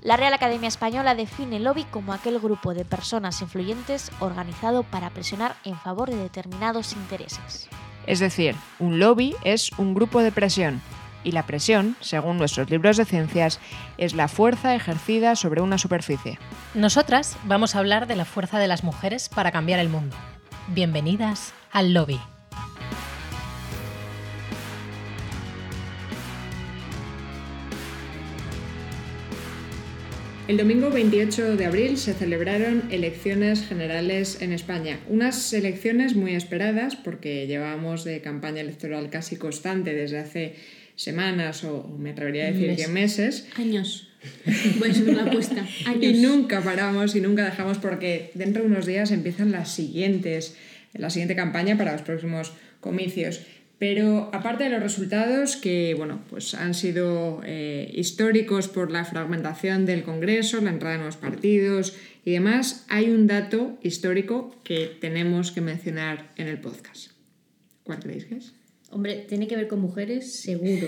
La Real Academia Española define el lobby como aquel grupo de personas influyentes organizado para presionar en favor de determinados intereses. Es decir, un lobby es un grupo de presión, y la presión, según nuestros libros de ciencias, es la fuerza ejercida sobre una superficie. Nosotras vamos a hablar de la fuerza de las mujeres para cambiar el mundo. Bienvenidas al lobby. El domingo 28 de abril se celebraron elecciones generales en España. Unas elecciones muy esperadas porque llevábamos de campaña electoral casi constante desde hace semanas o me atrevería a decir que meses. Años. Voy a subir la apuesta. Años. Y nunca paramos y nunca dejamos porque dentro de unos días empiezan la siguiente campaña para los próximos comicios. Pero aparte de los resultados que pues han sido históricos por la fragmentación del Congreso, la entrada de nuevos partidos y demás, hay un dato histórico que tenemos que mencionar en el podcast. ¿Cuál creéis que es? Hombre, tiene que ver con mujeres, seguro.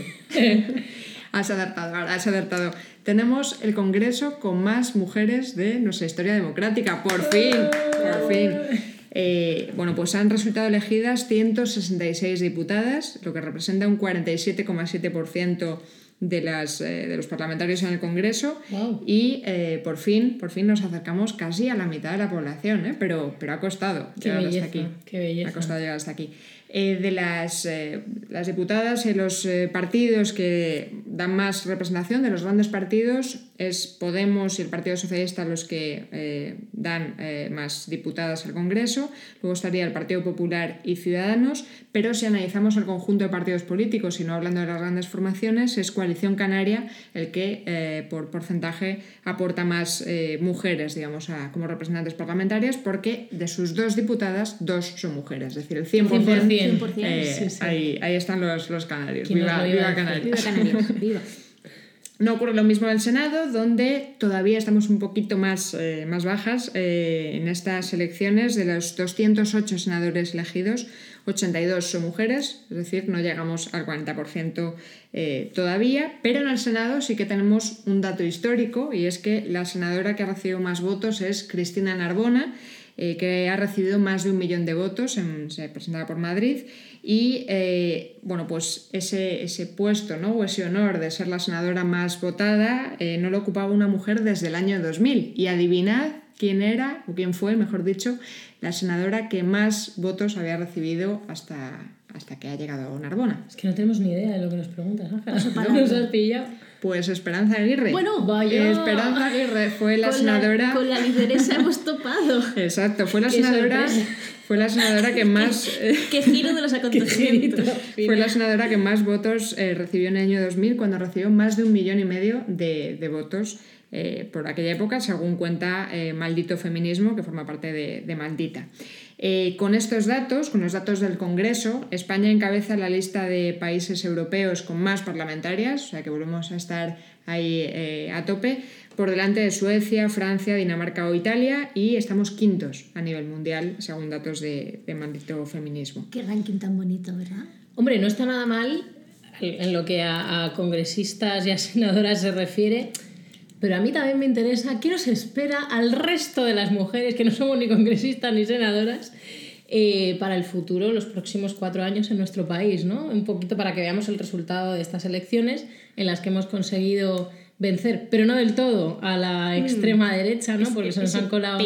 Has acertado. Tenemos el Congreso con más mujeres de nuestra historia democrática. ¡Por fin! Pues han resultado elegidas 166 diputadas, lo que representa un 47,7% de los parlamentarios en el Congreso. Wow. Y por fin nos acercamos casi a la mitad de la población, pero ha costado llegar hasta aquí. Qué belleza. Ha costado llegar hasta aquí. De las diputadas y los partidos que dan más representación, de los grandes partidos, es Podemos y el Partido Socialista los que dan más diputadas al Congreso. Luego estaría el Partido Popular y Ciudadanos, pero si analizamos el conjunto de partidos políticos y no hablando de las grandes formaciones, es Coalición Canaria el que por porcentaje aporta más mujeres, digamos, como representantes parlamentarias, porque de sus 2 diputadas, 2 son mujeres, es decir, el 100%. 100%. Sí. Ahí están los canarios. Viva Canarias. Viva Canarias. Viva. No ocurre lo mismo en el Senado, donde todavía estamos un poquito más bajas en estas elecciones. De los 208 senadores elegidos, 82 son mujeres, es decir, no llegamos al 40% todavía, pero en el Senado sí que tenemos un dato histórico, y es que la senadora que ha recibido más votos es Cristina Narbona, que ha recibido más de 1 millón de votos, se presentaba por Madrid, y pues ese puesto, ¿no?, o ese honor de ser la senadora más votada no lo ocupaba una mujer desde el año 2000. Y adivinad quién fue, mejor dicho, la senadora que más votos había recibido hasta que ha llegado Narbona. Es que no tenemos ni idea de lo que nos preguntas, Ángela. ¿No nos has pillado? Pues Esperanza Aguirre. Bueno, vaya. Esperanza Aguirre fue la senadora... Con la lideresa hemos topado. Exacto, fue la senadora que más... ¡Qué giro de los acontecimientos! Fue la senadora que más votos recibió en el año 2000, cuando recibió más de 1,5 millones de votos por aquella época, según cuenta Maldito Feminismo, que forma parte de Maldita. Con estos datos, con los datos del Congreso, España encabeza la lista de países europeos con más parlamentarias, o sea que volvemos a estar ahí a tope, por delante de Suecia, Francia, Dinamarca o Italia, y estamos quintos a nivel mundial, según datos de Maldito Feminismo. Qué ranking tan bonito, ¿verdad? Hombre, no está nada mal en lo que a congresistas y a senadoras se refiere. Pero a mí también me interesa qué nos espera al resto de las mujeres, que no somos ni congresistas ni senadoras, para el futuro, los próximos 4 años en nuestro país, ¿no? Un poquito para que veamos el resultado de estas elecciones en las que hemos conseguido vencer, pero no del todo, a la extrema derecha, ¿no? Porque se nos han colado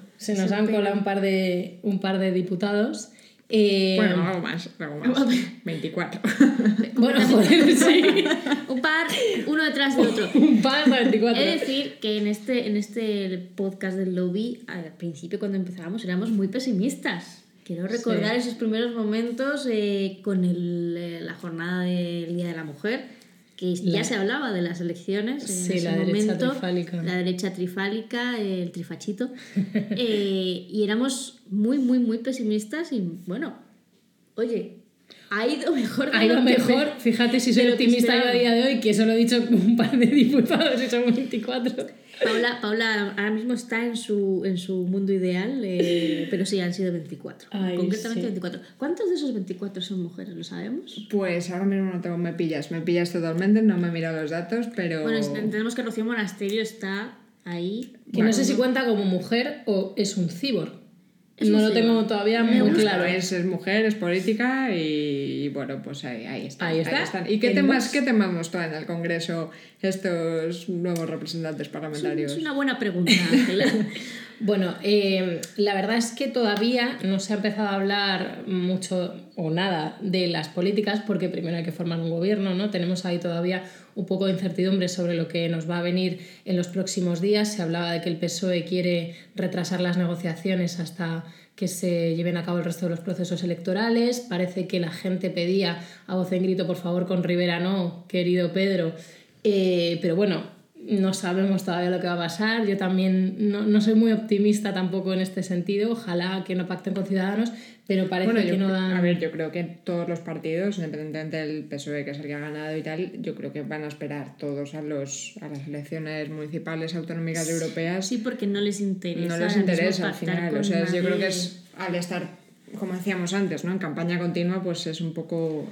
un par de diputados. Algo más, 24. Bueno, joder, sí. Un par, uno detrás de otro. Un par de 24. He de decir que en este podcast del lobby, al principio cuando empezábamos éramos muy pesimistas. Quiero recordar esos primeros momentos con la jornada del Día de la Mujer, que ya se hablaba de las elecciones en ese momento, la derecha trifálica, el trifachito, y éramos muy, muy, muy pesimistas y bueno, oye, Ha ido mejor. Ha ido mejor, fíjate si soy optimista yo a día de hoy, que eso lo he dicho un par de diputados y somos 24. Paula ahora mismo está en su mundo ideal, pero sí, han sido 24. Ay, concretamente sí. 24. ¿Cuántos de esos 24 son mujeres? ¿Lo sabemos? Pues ahora mismo no tengo, me pillas totalmente, no me he mirado los datos, pero... Bueno, entendemos que Rocío Monasterio está ahí. Que no sé si cuenta como mujer o es un cyborg. Es No un lo cyborg. tengo todavía Me muy gusta. claro. Es mujer, es política y bueno, pues ahí están. Ahí está. están. ¿Y qué En temas Vox. nos traen al Congreso estos nuevos representantes parlamentarios? Es una buena pregunta, Ángela. Bueno, la verdad es que todavía no se ha empezado a hablar mucho o nada de las políticas porque primero hay que formar un gobierno, ¿no? Tenemos ahí todavía un poco de incertidumbre sobre lo que nos va a venir en los próximos días. Se hablaba de que el PSOE quiere retrasar las negociaciones hasta que se lleven a cabo el resto de los procesos electorales. Parece que la gente pedía a voz en grito, por favor, con Rivera no, querido Pedro. Pero bueno, no sabemos todavía lo que va a pasar. Yo también no soy muy optimista tampoco en este sentido. Ojalá que no pacten con Ciudadanos, pero parece que no dan... A ver, yo creo que todos los partidos, independientemente del PSOE, que es el que ha ganado y tal, yo creo que van a esperar todos a las elecciones municipales, autonómicas y europeas. Sí, porque no les interesa. No les ahora mismo interesa al pactar final. con O sea, yo creo nadie. que es al estar, como decíamos antes, ¿no? En campaña continua, pues es un poco...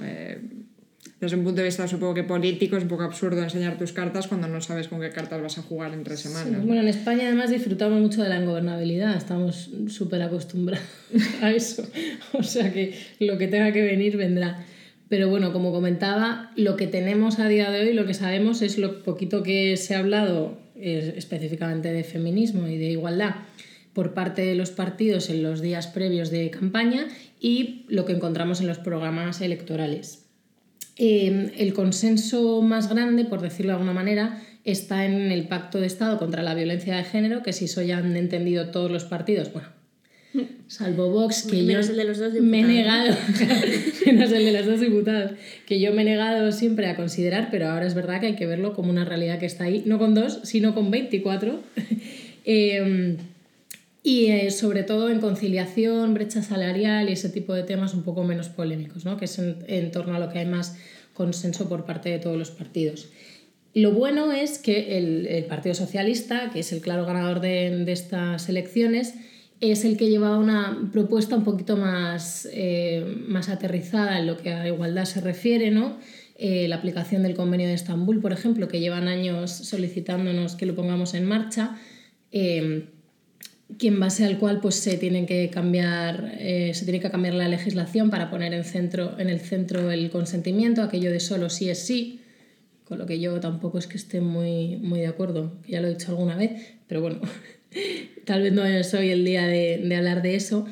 desde un punto de vista, supongo que político, es un poco absurdo enseñar tus cartas cuando no sabes con qué cartas vas a jugar en 3 semanas. Sí, bueno, en España además disfrutamos mucho de la ingobernabilidad, estamos súper acostumbrados a eso, o sea que lo que tenga que venir vendrá. Pero bueno, como comentaba, lo que tenemos a día de hoy, lo que sabemos es lo poquito que se ha hablado específicamente de feminismo y de igualdad por parte de los partidos en los días previos de campaña y lo que encontramos en los programas electorales. El consenso más grande, por decirlo de alguna manera, está en el Pacto de Estado contra la Violencia de Género, que si eso ya han entendido todos los partidos, bueno, salvo Vox, que Menos yo el de los 2 me he diputados, negado, menos el de los 2 diputados, que yo me he negado siempre a considerar, pero ahora es verdad que hay que verlo como una realidad que está ahí, no con 2, sino con 24. Y sobre todo en conciliación, brecha salarial y ese tipo de temas un poco menos polémicos, ¿no? Que es en torno a lo que hay más consenso por parte de todos los partidos. Lo bueno es que el Partido Socialista, que es el claro ganador de estas elecciones, es el que lleva una propuesta un poquito más aterrizada en lo que a igualdad se refiere, ¿no? La aplicación del Convenio de Estambul, por ejemplo, que llevan años solicitándonos que lo pongamos en marcha, que en base al cual pues, se tiene que cambiar la legislación para poner en el centro el consentimiento, aquello de solo sí es sí, con lo que yo tampoco es que esté muy de acuerdo, que ya lo he dicho alguna vez, pero bueno, tal vez no es hoy el día de hablar de eso.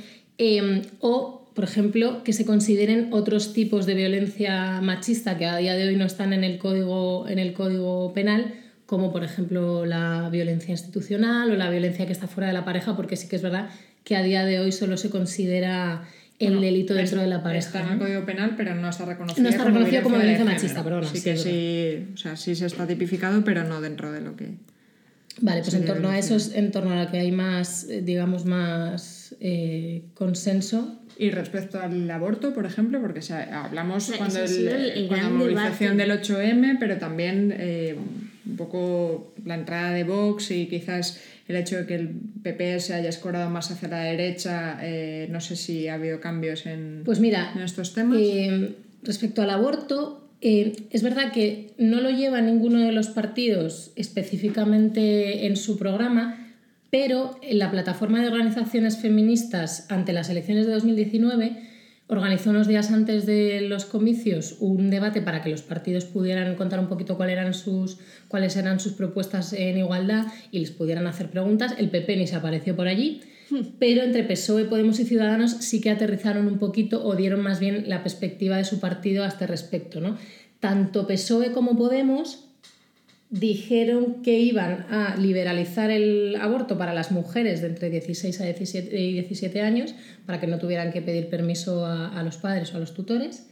O, por ejemplo, que se consideren otros tipos de violencia machista que a día de hoy no están en el código penal, como por ejemplo la violencia institucional o la violencia que está fuera de la pareja, porque sí que es verdad que a día de hoy solo se considera el delito dentro de la pareja. Está en el Código Penal, pero no está reconocido, como violencia de machista, género. perdona. Sí que sí, o sea, sí se está tipificado, pero no dentro de lo que... Vale, pues en torno a eso es en torno a lo que hay más, digamos, más consenso. Y respecto al aborto, por ejemplo, porque hablamos cuando ese ha sido el con la gran movilización debate. del 8M, pero también un poco la entrada de Vox y quizás el hecho de que el PP se haya escorado más hacia la derecha, no sé si ha habido cambios en, Pues mira, en estos temas. Respecto al aborto, es verdad que no lo lleva ninguno de los partidos específicamente en su programa, pero en la plataforma de organizaciones feministas ante las elecciones de 2019 organizó unos días antes de los comicios un debate para que los partidos pudieran contar un poquito cuáles eran sus propuestas en igualdad y les pudieran hacer preguntas. El PP ni se apareció por allí, pero entre PSOE, Podemos y Ciudadanos sí que aterrizaron un poquito o dieron más bien la perspectiva de su partido a este respecto, ¿no? Tanto PSOE como Podemos dijeron que iban a liberalizar el aborto para las mujeres de entre 16 y 17 años para que no tuvieran que pedir permiso a los padres o a los tutores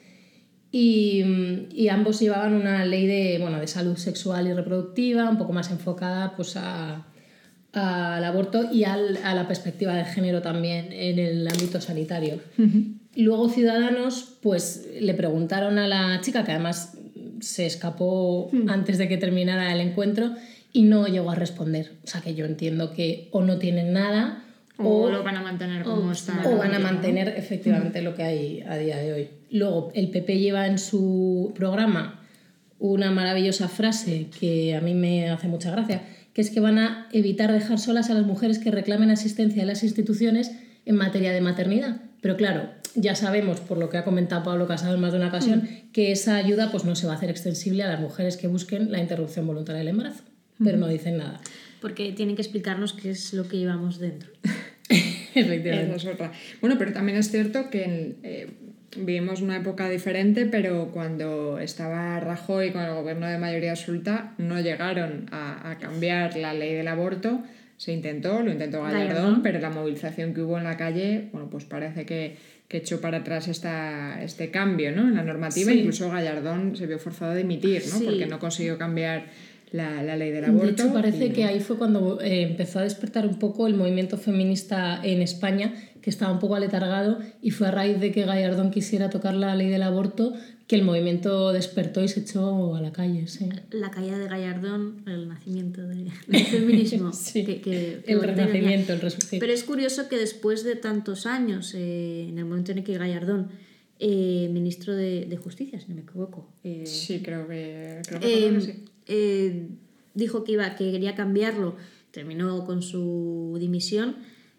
y ambos llevaban una ley de salud sexual y reproductiva un poco más enfocada pues, al aborto y a la perspectiva de género también en el ámbito sanitario. Luego Ciudadanos pues le preguntaron a la chica, que además se escapó antes de que terminara el encuentro, y no llegó a responder. O sea que yo entiendo que o no tienen nada o lo van a mantener como está. O van a mantener efectivamente lo que hay a día de hoy. Luego el PP lleva en su programa una maravillosa frase que a mí me hace mucha gracia, que es que van a evitar dejar solas a las mujeres que reclamen asistencia de las instituciones en materia de maternidad. Pero claro, ya sabemos, por lo que ha comentado Pablo Casado en más de una ocasión, que esa ayuda pues no se va a hacer extensible a las mujeres que busquen la interrupción voluntaria del embarazo. Pero no dicen nada. Porque tienen que explicarnos qué es lo que llevamos dentro. Efectivamente. Esa es otra. Bueno, pero también es cierto que vivimos una época diferente, pero cuando estaba Rajoy con el gobierno de mayoría absoluta no llegaron a cambiar la ley del aborto. Se intentó, lo intentó Gallardón, pero la movilización que hubo en la calle, bueno, pues parece que echó para atrás este cambio, ¿no?, en la normativa. Sí. Incluso Gallardón se vio forzado a dimitir, ¿no?, Sí. porque no consiguió cambiar la ley del aborto. De hecho, parece que ahí fue cuando empezó a despertar un poco el movimiento feminista en España, que estaba un poco aletargado, y fue a raíz de que Gallardón quisiera tocar la ley del aborto que el movimiento despertó y se echó a la calle. Sí. La caída de Gallardón, el nacimiento del feminismo. Sí. que El renacimiento, el resurgir. Pero es curioso que después de tantos años, en el momento en el que Gallardón, ministro de Justicia, si no me equivoco, Sí, creo que sí. dijo que quería cambiarlo, terminó con su dimisión,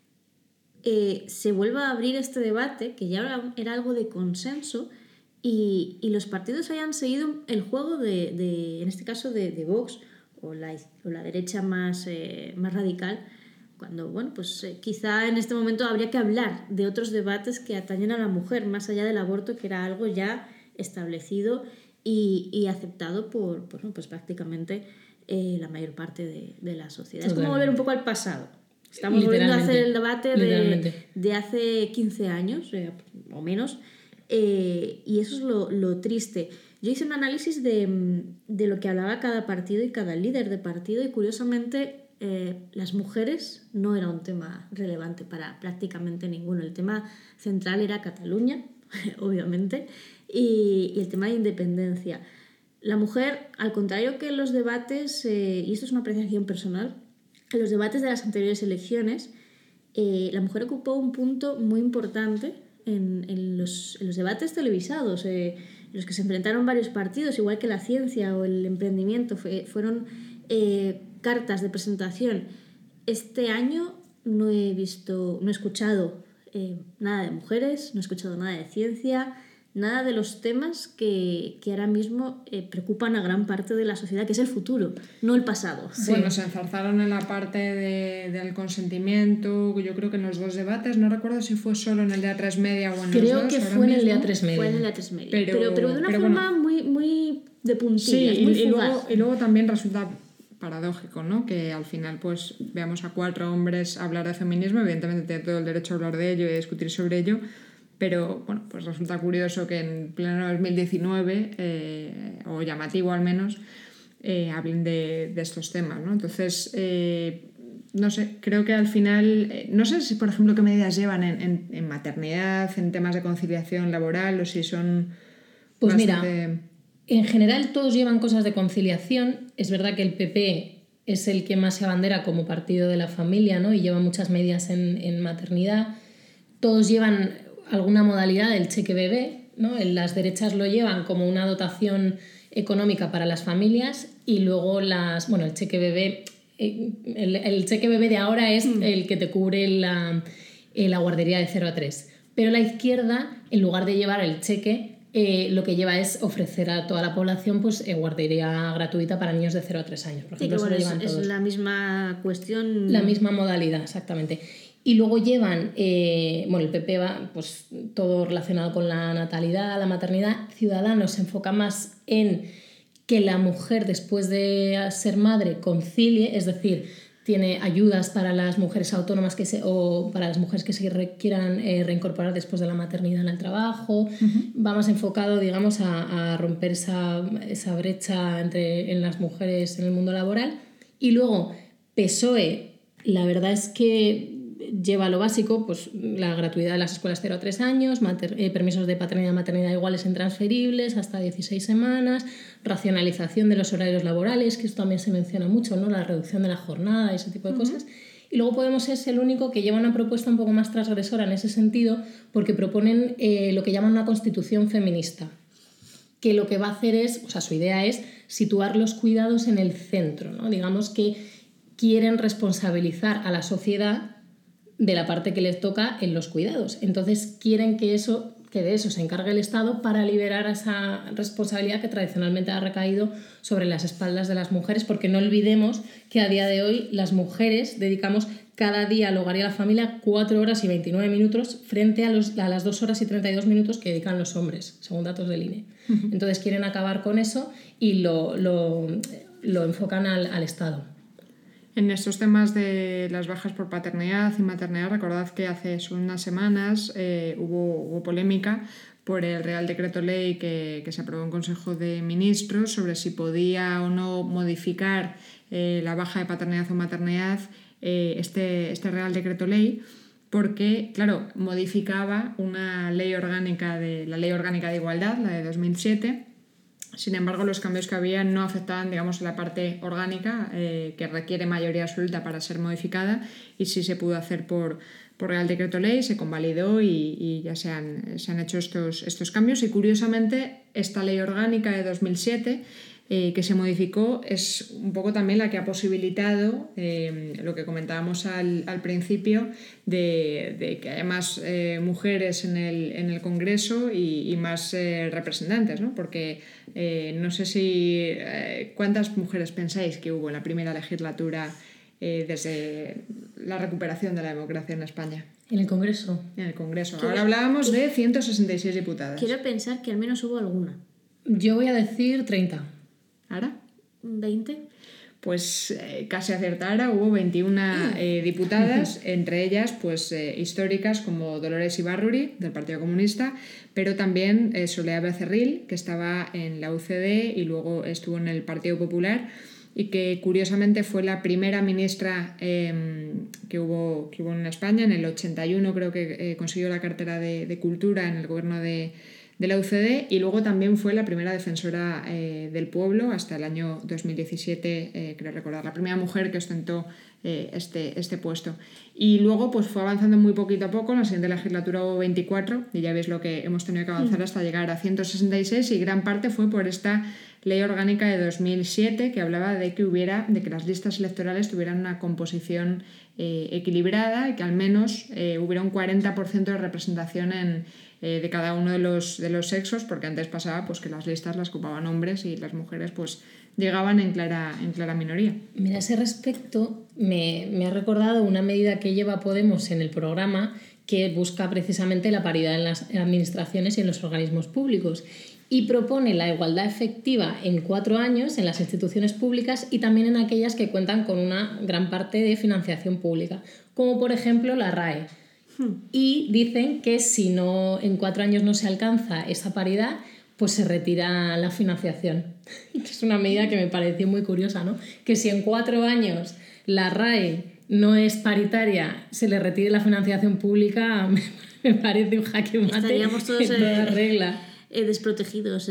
se vuelve a abrir este debate, que ya era algo de consenso, y los partidos hayan seguido el juego en este caso de Vox o la derecha más radical, cuando, bueno, pues quizá en este momento habría que hablar de otros debates que atañen a la mujer, más allá del aborto, que era algo ya establecido y aceptado por pues prácticamente la mayor parte de la sociedad. Es como volver un poco al pasado. Estamos volviendo a hacer el debate de hace 15 años o menos, y eso es lo triste. Yo hice un análisis de lo que hablaba cada partido y cada líder de partido, y curiosamente las mujeres no era un tema relevante para prácticamente ninguno. El tema central era Cataluña, obviamente, y el tema de independencia. La mujer, al contrario que en los debates, y esto es una apreciación personal, en los debates de las anteriores elecciones, la mujer ocupó un punto muy importante en los debates televisados, en los que se enfrentaron varios partidos, igual que la ciencia o el emprendimiento, fueron cartas de presentación. Este año no he escuchado nada de mujeres, no he escuchado nada de ciencia, nada de los temas que ahora mismo preocupan a gran parte de la sociedad, que es el futuro, no el pasado. Sí. Bueno, se enzarzaron en la parte del consentimiento, yo creo que en los dos debates, no recuerdo si fue solo en el de A3 Media o en creo los dos. Creo que fue en el de A3 Media. Fue en el de A3 Media, pero de una forma muy de puntillas, sí, muy fugaz. Y luego también resulta paradójico, ¿no?, que al final pues veamos a 4 hombres hablar de feminismo. Evidentemente tiene todo el derecho a hablar de ello y a discutir sobre ello, pero bueno, pues resulta curioso que en pleno 2019, o llamativo al menos, hablen de estos temas, ¿no? Entonces, no sé, creo que al final, no sé si, por ejemplo, qué medidas llevan en maternidad, en temas de conciliación laboral, o si son... Pues mira, en general todos llevan cosas de conciliación. Es verdad que el PP es el que más se abandera como partido de la familia, ¿no?, y lleva muchas medidas en maternidad. Todos llevan alguna modalidad del cheque bebé, ¿no? Las derechas lo llevan como una dotación económica para las familias, y luego el cheque bebé, el cheque bebé de ahora es el que te cubre la guardería de 0 a 3. Pero la izquierda, en lugar de llevar el cheque, lo que lleva es ofrecer a toda la población pues guardería gratuita para niños de 0 a 3 años. Por ejemplo, sí, que eso lo llevan todos. Es la misma cuestión. La misma modalidad, exactamente. Y luego llevan, el PP va pues todo relacionado con la natalidad, la maternidad. Ciudadanos se enfoca más en que la mujer, después de ser madre, concilie, es decir, tiene ayudas para las mujeres autónomas o para las mujeres que se quieran reincorporar después de la maternidad en el trabajo. Va más enfocado, digamos, a romper esa brecha en las mujeres en el mundo laboral. Y luego, PSOE, la verdad es que lleva lo básico, pues la gratuidad de las escuelas 0 a 3 años, permisos de paternidad y maternidad iguales e intransferibles hasta 16 semanas, racionalización de los horarios laborales, que esto también se menciona mucho, ¿no? La reducción de la jornada y ese tipo de cosas. Y luego Podemos es el único que lleva una propuesta un poco más transgresora en ese sentido, porque proponen lo que llaman una constitución feminista, que lo que va a hacer es, o sea, su idea es situar los cuidados en el centro, ¿no? Digamos que quieren responsabilizar a la sociedad de la parte que les toca en los cuidados. Entonces quieren que de eso se encargue el Estado para liberar esa responsabilidad que tradicionalmente ha recaído sobre las espaldas de las mujeres, porque no olvidemos que a día de hoy las mujeres dedicamos cada día al hogar y a la familia 4 horas y 29 minutos frente a las 2 horas y 32 minutos que dedican los hombres, según datos del INE. Entonces quieren acabar con eso y lo enfocan al Estado. En estos temas de las bajas por paternidad y maternidad, recordad que hace unas semanas hubo polémica por el Real Decreto Ley que se aprobó en Consejo de Ministros sobre si podía o no modificar la baja de paternidad o maternidad este Real Decreto Ley, porque, claro, modificaba una ley orgánica la Ley Orgánica de Igualdad, la de 2007. Sin embargo, los cambios que había no afectaban, digamos, la parte orgánica que requiere mayoría absoluta para ser modificada, y sí se pudo hacer por Real Decreto Ley, se convalidó y ya se han hecho estos cambios. Y curiosamente, esta Ley Orgánica de 2007 que se modificó es un poco también la que ha posibilitado lo que comentábamos al principio de que haya más mujeres en el Congreso y más representantes, ¿no? Porque no sé si cuántas mujeres pensáis que hubo en la primera legislatura desde la recuperación de la democracia en España. ¿En el Congreso? En el Congreso. Ahora hablábamos de 166 diputadas. Quiero pensar que al menos hubo alguna. Yo voy a decir 30. ¿Ahora? 20. Pues casi acertara, hubo 21 diputadas, entre ellas pues históricas como Dolores Ibarruri, del Partido Comunista, pero también Soledad Becerril, que estaba en la UCD y luego estuvo en el Partido Popular, y que curiosamente fue la primera ministra que hubo en España. En el 81 creo que consiguió la cartera de Cultura en el gobierno de la UCD, y luego también fue la primera defensora del pueblo hasta el año 2017, creo recordar, la primera mujer que ostentó este puesto. Y luego pues fue avanzando muy poquito a poco. En la siguiente legislatura hubo 24 y ya veis lo que hemos tenido que avanzar hasta llegar a 166, y gran parte fue por esta Ley Orgánica de 2007 que hablaba de que las listas electorales tuvieran una composición equilibrada y que al menos hubiera un 40% de representación de cada uno de los sexos, porque antes pasaba pues que las listas las ocupaban hombres y las mujeres pues llegaban en clara minoría. Mira, a ese respecto me ha recordado una medida que lleva Podemos en el programa, que busca precisamente la paridad en las administraciones y en los organismos públicos, y propone la igualdad efectiva en 4 años en las instituciones públicas y también en aquellas que cuentan con una gran parte de financiación pública, como por ejemplo la RAE. Y dicen que si en 4 años no se alcanza esa paridad, pues se retira la financiación. Es una medida que me pareció muy curiosa, ¿no? Que si en 4 años la RAE no es paritaria, se le retire la financiación pública, me parece un jaque mate. Estaríamos todos en toda regla. Desprotegidos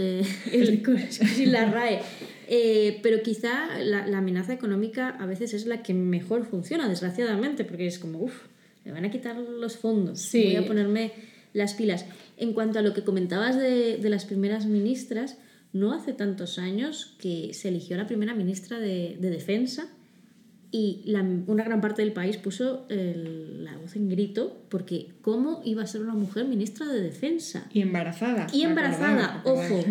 sin la RAE. Pero quizá la amenaza económica a veces es la que mejor funciona, desgraciadamente, porque es como, me van a quitar los fondos, sí. Voy a ponerme las pilas. En cuanto a lo que comentabas de las primeras ministras, no hace tantos años que se eligió la primera ministra de Defensa, y una gran parte del país puso la voz en grito porque ¿cómo iba a ser una mujer ministra de Defensa? Y embarazada. Ojo.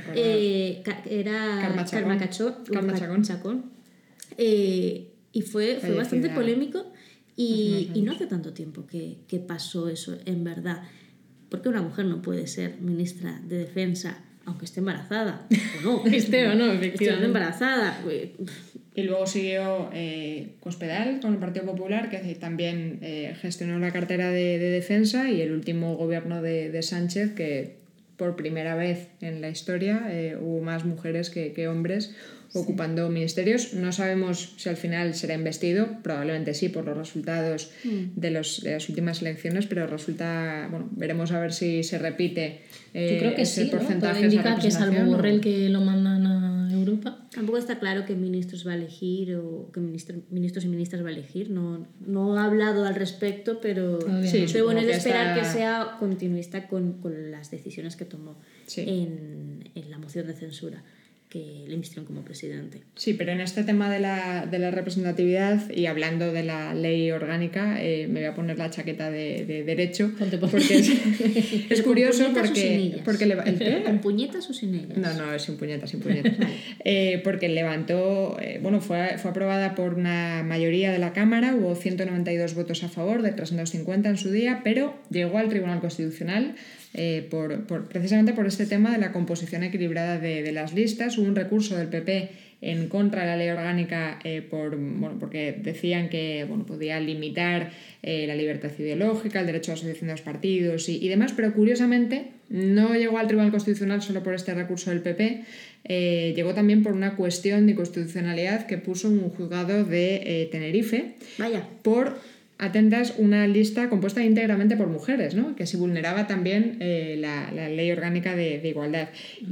Era Carme Chacón. Y fue bastante polémico y no hace tanto tiempo que pasó eso, en verdad. Porque una mujer no puede ser ministra de Defensa aunque esté embarazada o no. Esté o no, efectivamente. Esté embarazada. Y luego siguió Cospedal con el Partido Popular, que también gestionó la cartera de Defensa, y el último gobierno de Sánchez, que por primera vez en la historia hubo más mujeres que hombres ocupando ministerios. No sabemos si al final será investido, probablemente sí, por los resultados de las últimas elecciones, pero veremos a ver si se repite yo creo que ese sí, porcentaje. ¿no? Indica que salvo Borrell que lo mandan a Europa. Tampoco está claro qué ministros va a elegir o qué ministros y ministras va a elegir. No ha hablado al respecto, pero es de esperar que sea continuista con las decisiones que tomó en la moción de censura que le investigaron como presidente. Sí, pero en este tema de la representatividad y hablando de la ley orgánica, me voy a poner la chaqueta de derecho, porque es curioso porque ¿el qué? ¿Con puñetas o sin ellas? No, sin puñetas. Porque levantó, fue aprobada por una mayoría de la Cámara, hubo 192 votos a favor de 350 en su día, pero llegó al Tribunal Constitucional precisamente por este tema de la composición equilibrada de las listas. Hubo un recurso del PP en contra de la ley orgánica porque decían que podía limitar la libertad ideológica, el derecho a asociación de los partidos y demás, pero curiosamente no llegó al Tribunal Constitucional solo por este recurso del PP, llegó también por una cuestión de inconstitucionalidad que puso un juzgado de Tenerife. Vaya. Por atentas una lista compuesta íntegramente por mujeres, ¿no? Que se vulneraba también la ley orgánica de igualdad.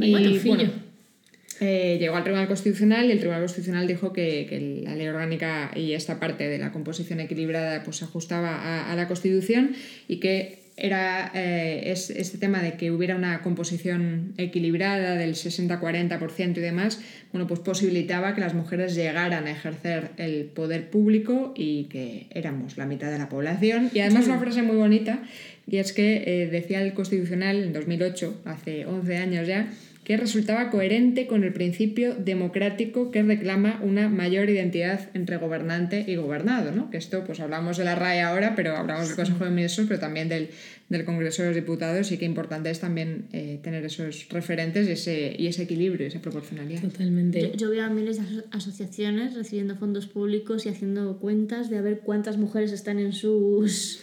Llegó al Tribunal Constitucional y el Tribunal Constitucional dijo que la ley orgánica y esta parte de la composición equilibrada pues se ajustaba a la Constitución y que era este tema de que hubiera una composición equilibrada del 60-40% y demás, pues posibilitaba que las mujeres llegaran a ejercer el poder público y que éramos la mitad de la población. Y además una frase muy bonita, y es que decía el Constitucional en 2008, hace 11 años ya, que resultaba coherente con el principio democrático que reclama una mayor identidad entre gobernante y gobernado, ¿no? Que esto, pues hablamos de la RAE ahora, pero hablamos del Consejo de Ministros, pero también del Congreso de los Diputados, y qué importante es también tener esos referentes y ese equilibrio, esa proporcionalidad. Totalmente. Yo veo a miles de asociaciones recibiendo fondos públicos y haciendo cuentas de a ver cuántas mujeres están en sus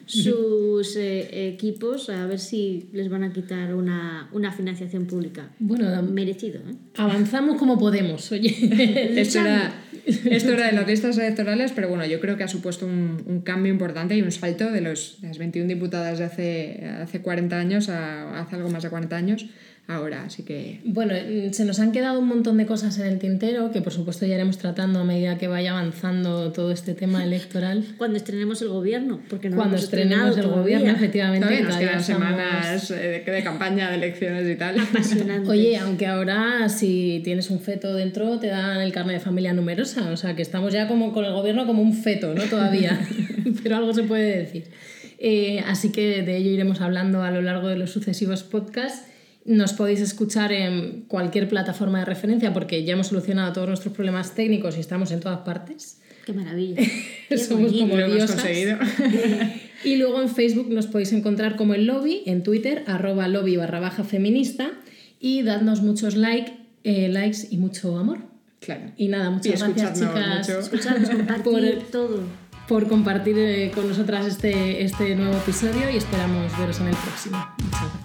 equipos, a ver si les van a quitar una financiación pública. Bueno, merecido, ¿eh? Avanzamos como podemos, oye. Esto era de las listas electorales, pero bueno, yo creo que ha supuesto un cambio importante y un salto de las 21 diputadas de hace 40 años a hace algo más de 40 años ahora, así que... Bueno, se nos han quedado un montón de cosas en el tintero que por supuesto ya iremos tratando a medida que vaya avanzando todo este tema electoral. Cuando estrenemos el gobierno, porque no cuando estrenemos el gobierno, efectivamente. Todavía nos quedan semanas de campaña, de elecciones y tal. Apasionante. Oye, aunque ahora si tienes un feto dentro te dan el carnet de familia numerosa, o sea que estamos ya como con el gobierno como un feto, ¿no? Todavía, pero algo se puede decir. Así que de ello iremos hablando a lo largo de los sucesivos podcasts. Nos podéis escuchar en cualquier plataforma de referencia porque ya hemos solucionado todos nuestros problemas técnicos y estamos en todas partes. ¡Qué maravilla! Somos como lo diosas. Hemos conseguido. Y luego en Facebook nos podéis encontrar como El Lobby, en Twitter @lobby_feminista, y dadnos muchos likes y mucho amor. Claro. Y nada, muchas gracias, chicas. Escucharnos, compartir todo. Por compartir con nosotras este nuevo episodio y esperamos veros en el próximo. Muchas gracias.